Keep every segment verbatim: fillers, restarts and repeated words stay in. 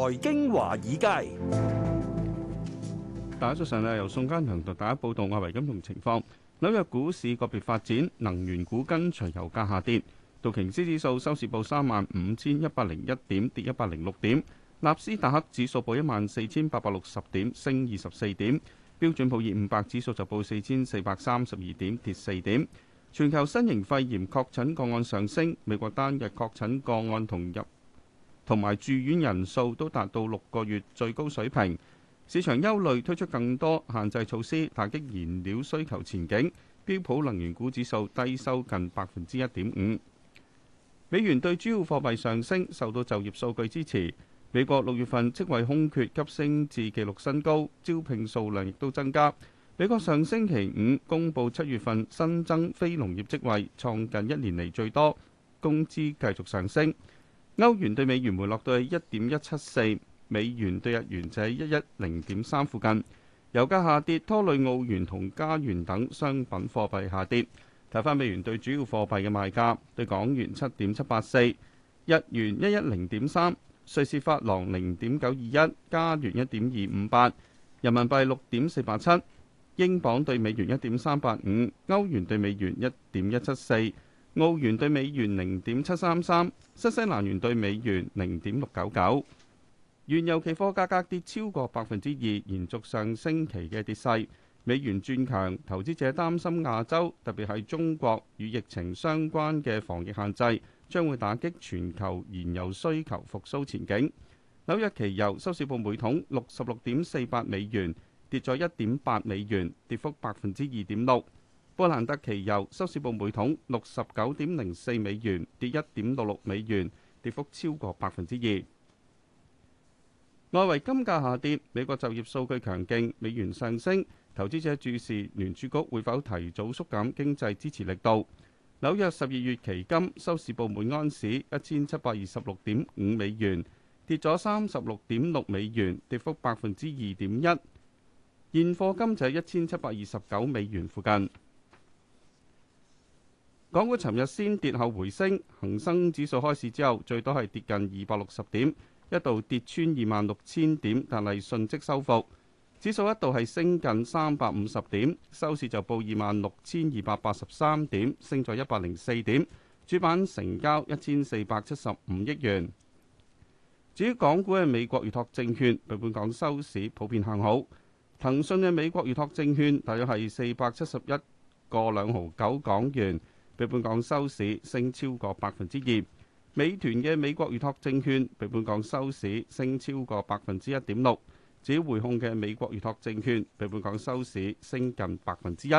財經華爾街， 大家早上咧，由宋嘉良同大家報道外圍金融情況。紐約股市個別發展，能源股跟隨油價下跌。道瓊斯指數收市報三萬五千一百零一點，跌一百零六點。納斯達克指數報一萬四千八百六十點，升二十四點。標準普爾五百指數就報四千四百三十二點，跌四點。全球新型肺炎確診個案上升，美國單日確診個案同入同埋住院人數都達到六個月最高水平。市場憂慮推出更多限制措施，打擊燃料需求前景。標普能源股指數低收近百分之一點五。美元對主要貨幣上升，受到就業數據支持。美國六月份職位空缺急升至紀錄新高，招聘數量亦都增加。美國上星期五公布七月份新增非農業職位，創近一年嚟最多，工資繼續上升。歐元對美元回落到一點一七四，美元對日元就喺一一零點三附近。油價下跌，拖累澳元同加元等商品貨幣下跌。睇返美元對主要貨幣嘅賣價，對港元七點七八四，日元一一零點三，瑞士法郎零點九二一，加元一點二五八，人民幣六點四八七，英鎊對美元一點三八五，歐元對美元一點一七四，澳元對美元零點七三三，新西蘭元對美元零點六九九。原油期貨價格跌超過百分之二，延續上星期嘅跌勢。美元轉強，投資者擔心亞洲，特別係中國與疫情相關嘅防疫限制，將會打擊全球燃油需求復甦前景。紐約期油收市報每桶六十六點四八美元，跌咗一點八美元，跌幅百分之二點六。布蘭特期油收市報每桶六十九點零四美元，跌一點六六美元，跌幅超過百分之二。外圍金價下跌，美國就業數據強勁，美元上升，投資者注視聯儲局會否提早縮減經濟支持力度。紐約十二月期金收市報每安士一千七百二十六點五美元，跌咗三十六點六美元，跌幅百分之二點一。現貨金就喺一千七百二十九美元附近。港股尋日先跌後回升，恒生指數開市之後最多係跌近二百六十點。一度跌穿二萬六千點，但係迅即收復。指數一度係升近三百五十點，收市就報二萬六千二百八十三點，升咗一百零四點。主板成交一千四百七十五億元。至於港股嘅美國預託證券，比本港收市普遍向好。騰訊嘅美國預託證券大約係四百七十一個兩毫九港元，比本港收市升超過百分之二。美團嘅美國預託證券比本港收市升超過百分之一點六，至於匯控嘅美國預託證券比本港收市升近百分之一。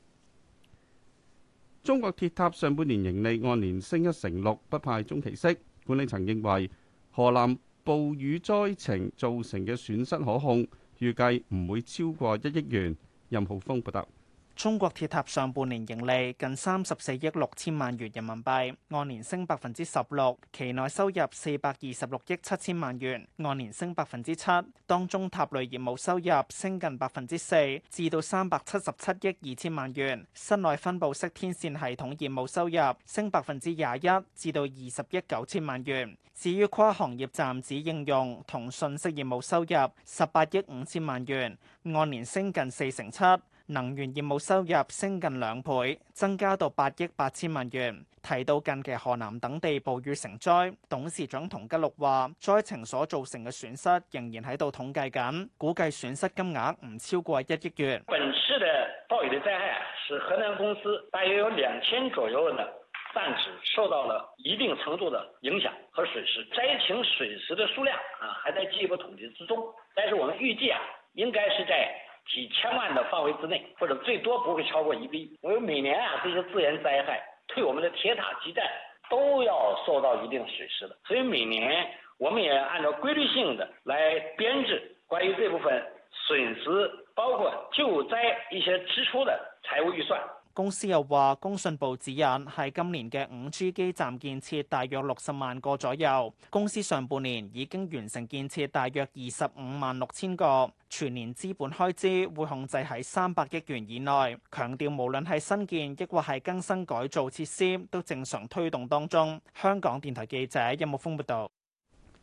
中國鐵塔上半年盈利按年升一成六，不派中期息。管理層認為河南暴雨災情造成嘅損失可控，預計唔會超過一億元。任浩峰報道。 中國鐵塔上半年盈利近三十四億六千萬元人民幣，按年升百分之十六，期內收入四百二十六億七千萬元，按年升百分之七。當中塔類業務收入升近百分之四，至到三百七十七億二千萬元。室內分布式天線系統業務收入升百分之廿一，至到二十億九千萬元。至於跨行業站址應用同信息業務收入十八億五千萬元，按年升近四成七。能源業務收入升近兩倍，增加到八億八千萬元。提到近期河南等地暴雨成災，董事長童吉祿話：災情所造成嘅損失仍然喺度統計緊，估計損失金額唔超過一億元。 本次的暴雨的災害使河南公司大約有兩千左右的站址受到了一定程度的影響和損失，災情損失的數量啊還在進一步統計之中，但是我們預計啊應該是在幾千萬的範圍之內，或者最多不會超過一個億。因為每年啊，這些自然災害對我們的鐵塔基站都要受到一定損失的，所以每年我們也按照規律性的來編制關於這部分損失，包括救災一些支出的財務預算。 公司又話，工信部指引係今年嘅五 G 基站建設大約六十萬個左右。公司上半年已經完成建設大約二十五萬六千個，全年資本開支會控制喺三百億元以內。強調無論係新建抑或係更新改造設施，都正常推動當中。香港電台記者任木峰報道。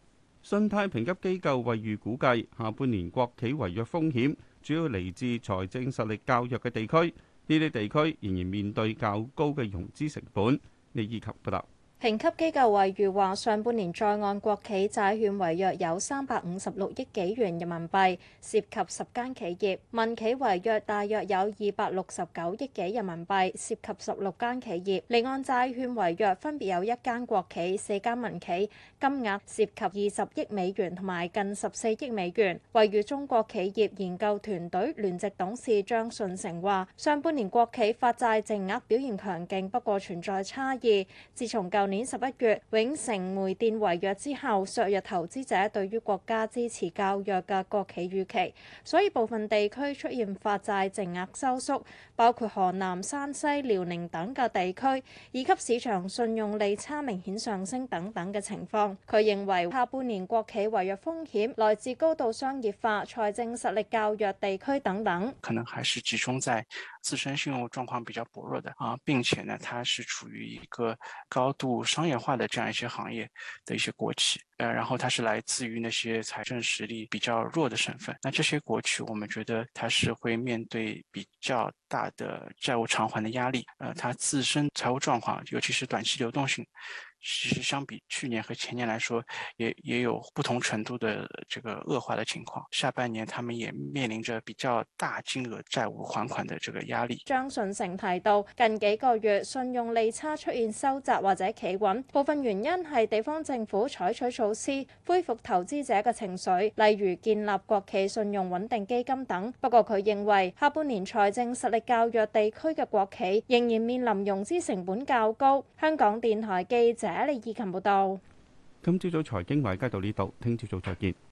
信貸評級機構惠譽估計，下半年國企違約風險主要嚟自財政實力較弱嘅地區，呢啲地區仍然面對較高嘅融資成本。李以及報道。 評級機構惠譽話，上半年在岸國企債券違約有三百五十六億幾元人民幣，涉及十間企業；民企違約大約有二百六十九億幾人民幣，涉及十六間企業。離岸債券違約分別有一間國企、四間民企，金額涉及二十億美元同埋近十四億美元。惠譽中國企業研究團隊聯席董事張順成話，上半年國企發債淨額表現強勁，不過存在差異。自從舊年十一月永城煤電違約之後，削弱投資者對於國家支持較弱嘅國企預期，所以部分地區出現發債淨額收縮，包括河南、山西、遼寧等嘅地區，以及市場信用利差明顯上升等等嘅情況。佢認為下半年國企違約風險來自高度商業化、財政實力較弱地區等等， 可能還是集中在自身信用狀況比較薄弱的啊，並且呢，它是處於一個高度商業化的這樣一些行業的一些國企，呃，然後它是來自於那些財政實力比較弱的省份。那這些國企，我們覺得它是會面對比較大的債務償還的壓力，呃，它自身財務狀況，尤其是短期流動性，其實相比去年和前年來說，也也有不同程度的這個惡化的情況。下半年他們也面臨着比較大金額債務還款的這個壓力。 張順成提到，近幾個月信用利差出現收窄或者企穩，部分原因係地方政府採取措施恢復投資者嘅情緒，例如建立國企信用穩定基金等。不過佢認為下半年財政實力較弱地區嘅國企仍然面臨融資成本較高。香港電台記者李以琴報道。 今朝早財經華爾街到呢度，聽朝早再見。